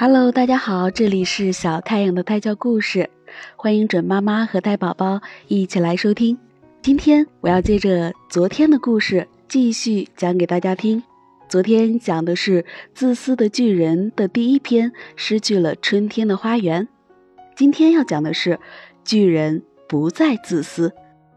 Hello， 大家好，这里是小太阳的胎教故事，欢迎准妈妈和胎宝宝一起来收听。今天我要接着昨天的故事继续讲给大家听。昨天讲的是自私的巨人的第一篇，失去了春天的花园。今天要讲的是巨人不再自私。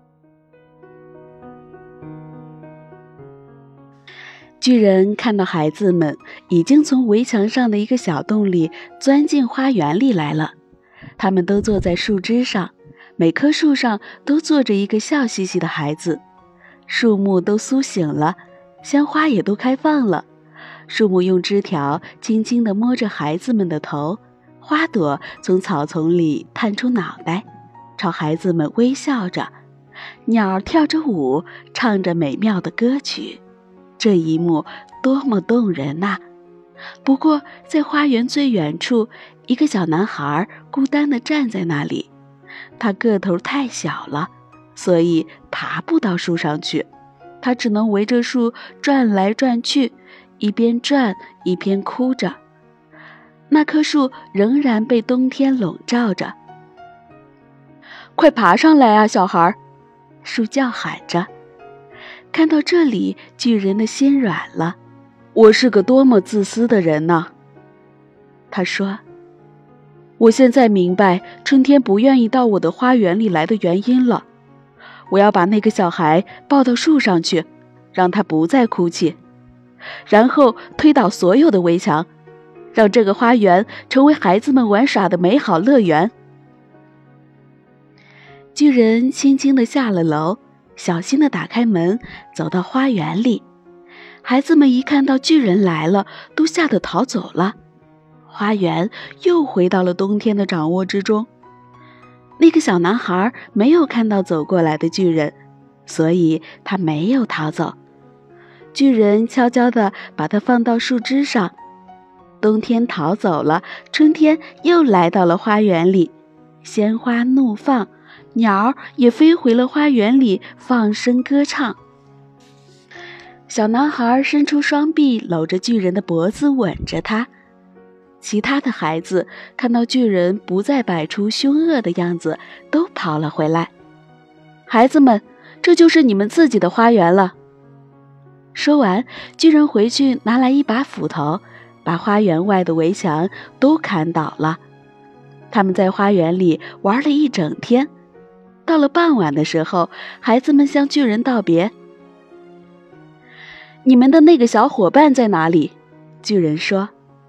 巨人看到孩子们已经从围墙上的一个小洞里钻进花园里来了，他们都坐在树枝上，每棵树上都坐着一个笑嘻嘻的孩子。树木都苏醒了，鲜花也都开放了，树木用枝条轻轻地摸着孩子们的头，花朵从草丛里探出脑袋，朝孩子们微笑着，鸟跳着舞，唱着美妙的歌曲。这一幕多么动人啊！不过在花园最远处，一个小男孩孤单地站在那里，他个头太小了，所以爬不到树上去，他只能围着树转来转去，一边转一边哭着。那棵树仍然被冬天笼罩着。快爬上来啊，小孩！树叫喊着。看到这里，巨人的心软了。我是个多么自私的人呢！他说，我现在明白春天不愿意到我的花园里来的原因了。我要把那个小孩抱到树上去，让他不再哭泣，然后推倒所有的围墙，让这个花园成为孩子们玩耍的美好乐园。巨人轻轻地下了楼，小心地打开门，走到花园里。孩子们一看到巨人来了，都吓得逃走了。花园又回到了冬天的掌握之中。那个小男孩没有看到走过来的巨人，所以他没有逃走。巨人悄悄地把他放到树枝上。冬天逃走了，春天又来到了花园里，鲜花怒放，鸟也飞回了花园里，放声歌唱。小男孩伸出双臂，搂着巨人的脖子，吻着他。其他的孩子看到巨人不再摆出凶恶的样子，都跑了回来。孩子们，这就是你们自己的花园了。说完，巨人回去拿来一把斧头，把花园外的围墙都砍倒了。他们在花园里玩了一整天。到了傍晚的时候，孩子们向巨人道别。你们的那个小伙伴在哪里？巨人说。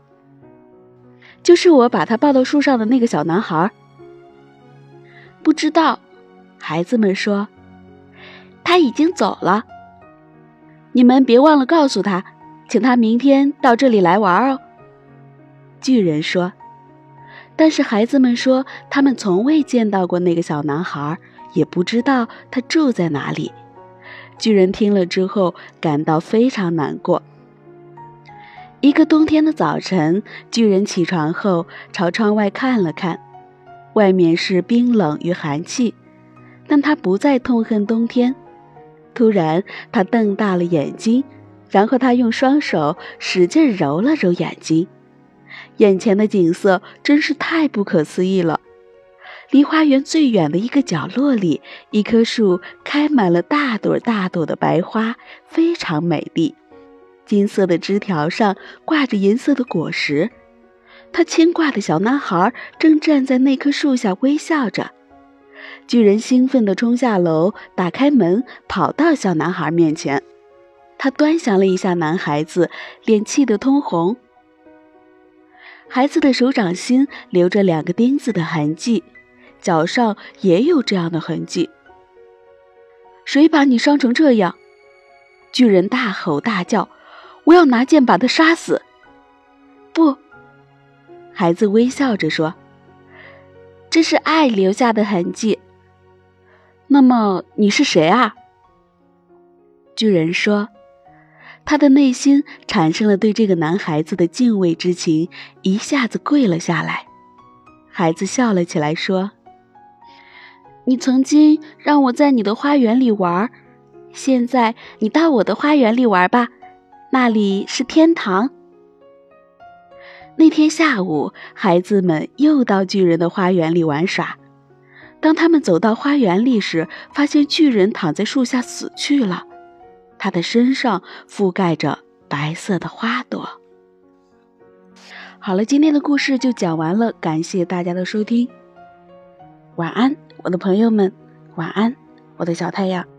就是我把他抱到树上的那个小男孩。不知道，孩子们说。他已经走了。你们别忘了告诉他，请他明天到这里来玩哦。巨人说。但是孩子们说，他们从未见到过那个小男孩，也不知道他住在哪里。巨人听了之后，感到非常难过。一个冬天的早晨，巨人起床后，朝窗外看了看，外面是冰冷与寒气，但他不再痛恨冬天。突然，他瞪大了眼睛，然后他用双手使劲揉了揉眼睛。眼前的景色真是太不可思议了。离花园最远的一个角落里，一棵树开满了大朵大朵的白花，非常美丽。金色的枝条上挂着银色的果实。他牵挂的小男孩正站在那棵树下微笑着。巨人兴奋地冲下楼，打开门，跑到小男孩面前。他端详了一下男孩子，脸气得通红。孩子的手掌心留着2个钉子的痕迹，脚上也有这样的痕迹。谁把你伤成这样？巨人大吼大叫，我要拿剑把他杀死。不，孩子微笑着说，这是爱留下的痕迹。那么你是谁啊？巨人说，他的内心产生了对这个男孩子的敬畏之情，一下子跪了下来。孩子笑了起来说，你曾经让我在你的花园里玩，现在你到我的花园里玩吧，那里是天堂。 那天下午，孩子们又到巨人的花园里玩耍。当他们走到花园里时，发现巨人躺在树下死去了，他的身上覆盖着白色的花朵。好了，今天的故事就讲完了，感谢大家的收听。晚安，我的朋友们，晚安，我的小太阳。